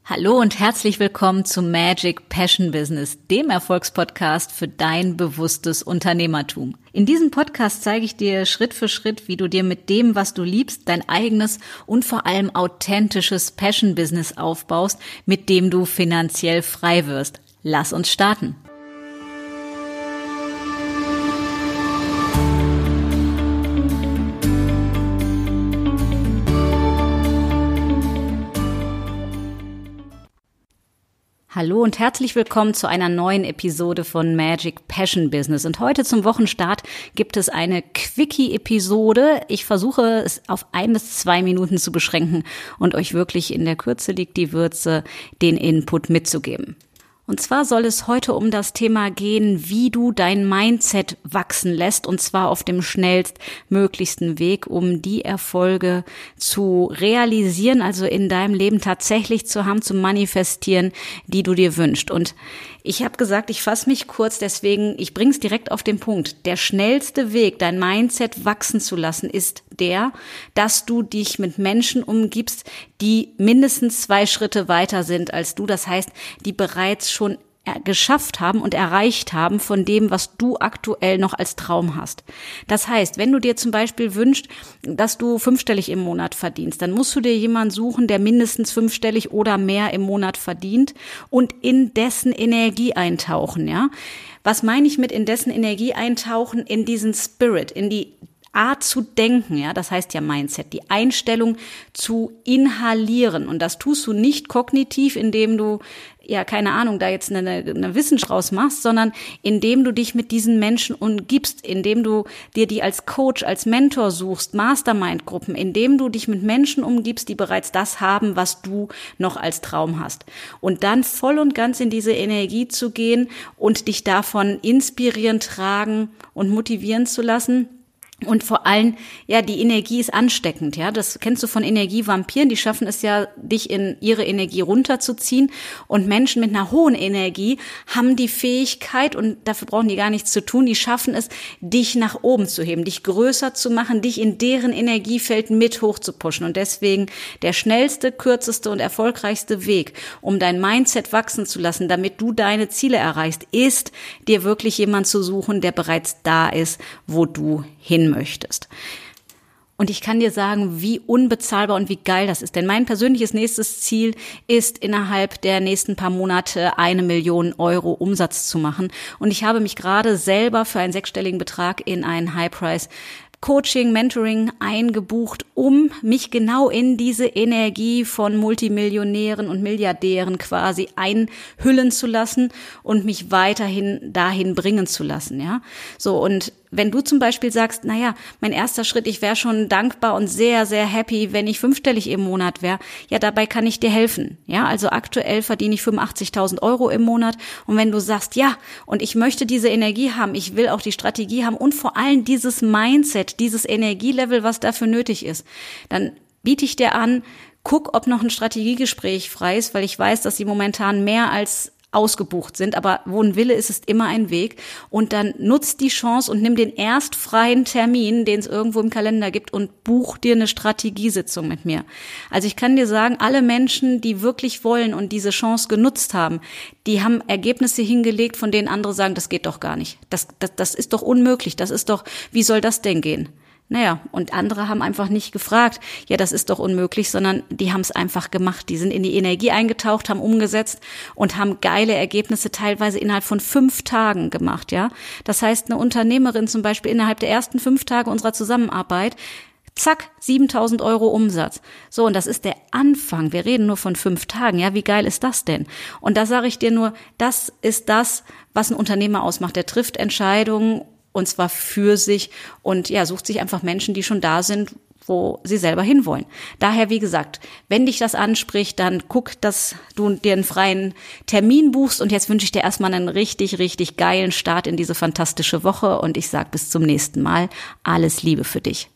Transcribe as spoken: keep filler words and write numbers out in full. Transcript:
Hallo und herzlich willkommen zu Magic Passion Business, dem Erfolgspodcast für dein bewusstes Unternehmertum. In diesem Podcast zeige ich dir Schritt für Schritt, wie du dir mit dem, was du liebst, dein eigenes und vor allem authentisches Passion Business aufbaust, mit dem du finanziell frei wirst. Lass uns starten. Hallo und herzlich willkommen zu einer neuen Episode von Magic Passion Business. Und heute zum Wochenstart gibt es eine Quickie-Episode. Ich versuche es auf ein bis zwei Minuten zu beschränken und euch wirklich in der Kürze liegt die Würze, den Input mitzugeben. Und zwar soll es heute um das Thema gehen, wie du dein Mindset wachsen lässt, und zwar auf dem schnellstmöglichsten Weg, um die Erfolge zu realisieren, also in deinem Leben tatsächlich zu haben, zu manifestieren, die du dir wünschst. Und ich habe gesagt, ich fasse mich kurz, deswegen, ich bringe es direkt auf den Punkt. Der schnellste Weg, dein Mindset wachsen zu lassen, ist der, dass du dich mit Menschen umgibst, die mindestens zwei Schritte weiter sind als du. Das heißt, die bereits schon geschafft haben und erreicht haben von dem, was du aktuell noch als Traum hast. Das heißt, wenn du dir zum Beispiel wünschst, dass du fünfstellig im Monat verdienst, dann musst du dir jemanden suchen, der mindestens fünfstellig oder mehr im Monat verdient und in dessen Energie eintauchen, ja. Was meine ich mit in dessen Energie eintauchen? In diesen Spirit, in die Art zu denken, ja, das heißt ja Mindset, die Einstellung zu inhalieren. Und das tust du nicht kognitiv, indem du, ja, keine Ahnung, da jetzt eine, eine Wissenschaft draus machst, sondern indem du dich mit diesen Menschen umgibst, indem du dir die als Coach, als Mentor suchst, Mastermind-Gruppen, indem du dich mit Menschen umgibst, die bereits das haben, was du noch als Traum hast. Und dann voll und ganz in diese Energie zu gehen und dich davon inspirieren, tragen und motivieren zu lassen. Und vor allem, ja, die Energie ist ansteckend, ja. Das kennst du von Energievampiren, die schaffen es ja, dich in ihre Energie runterzuziehen. Und Menschen mit einer hohen Energie haben die Fähigkeit, und dafür brauchen die gar nichts zu tun, die schaffen es, dich nach oben zu heben, dich größer zu machen, dich in deren Energiefeld mit hoch zu pushen. Und deswegen der schnellste, kürzeste und erfolgreichste Weg, um dein Mindset wachsen zu lassen, damit du deine Ziele erreichst, ist, dir wirklich jemand zu suchen, der bereits da ist, wo du hin möchtest. Und ich kann dir sagen, wie unbezahlbar und wie geil das ist. Denn mein persönliches nächstes Ziel ist, innerhalb der nächsten paar Monate eine Million Euro Umsatz zu machen. Und ich habe mich gerade selber für einen sechsstelligen Betrag in einen High-Price Coaching, Mentoring eingebucht, um mich genau in diese Energie von Multimillionären und Milliardären quasi einhüllen zu lassen und mich weiterhin dahin bringen zu lassen, ja. So, und wenn du zum Beispiel sagst, naja, mein erster Schritt, ich wäre schon dankbar und sehr, sehr happy, wenn ich fünfstellig im Monat wäre, ja, dabei kann ich dir helfen, ja. Also aktuell verdiene ich fünfundachtzigtausend Euro im Monat, und wenn du sagst, ja, und ich möchte diese Energie haben, ich will auch die Strategie haben und vor allem dieses Mindset, dieses Energielevel, was dafür nötig ist, dann biete ich dir an, guck, ob noch ein Strategiegespräch frei ist, weil ich weiß, dass sie momentan mehr als ausgebucht sind, aber wo ein Wille ist, ist immer ein Weg. Und dann nutz die Chance und nimm den erst freien Termin, den es irgendwo im Kalender gibt, und buch dir eine Strategiesitzung mit mir. Also ich kann dir sagen, alle Menschen, die wirklich wollen und diese Chance genutzt haben, die haben Ergebnisse hingelegt, von denen andere sagen, das geht doch gar nicht. Das, das, das ist doch unmöglich. Das ist doch, wie soll das denn gehen? Naja, und andere haben einfach nicht gefragt, ja, das ist doch unmöglich, sondern die haben es einfach gemacht. Die sind in die Energie eingetaucht, haben umgesetzt und haben geile Ergebnisse teilweise innerhalb von fünf Tagen gemacht, ja. Das heißt, eine Unternehmerin zum Beispiel innerhalb der ersten fünf Tage unserer Zusammenarbeit, zack, siebentausend Euro Umsatz. So, und das ist der Anfang. Wir reden nur von fünf Tagen. Ja, wie geil ist das denn? Und da sage ich dir nur, das ist das, was ein Unternehmer ausmacht. Der trifft Entscheidungen, und zwar für sich, und ja, sucht sich einfach Menschen, die schon da sind, wo sie selber hinwollen. Daher, wie gesagt, wenn dich das anspricht, dann guck, dass du dir einen freien Termin buchst, und jetzt wünsche ich dir erstmal einen richtig, richtig geilen Start in diese fantastische Woche, und ich sage bis zum nächsten Mal. Alles Liebe für dich.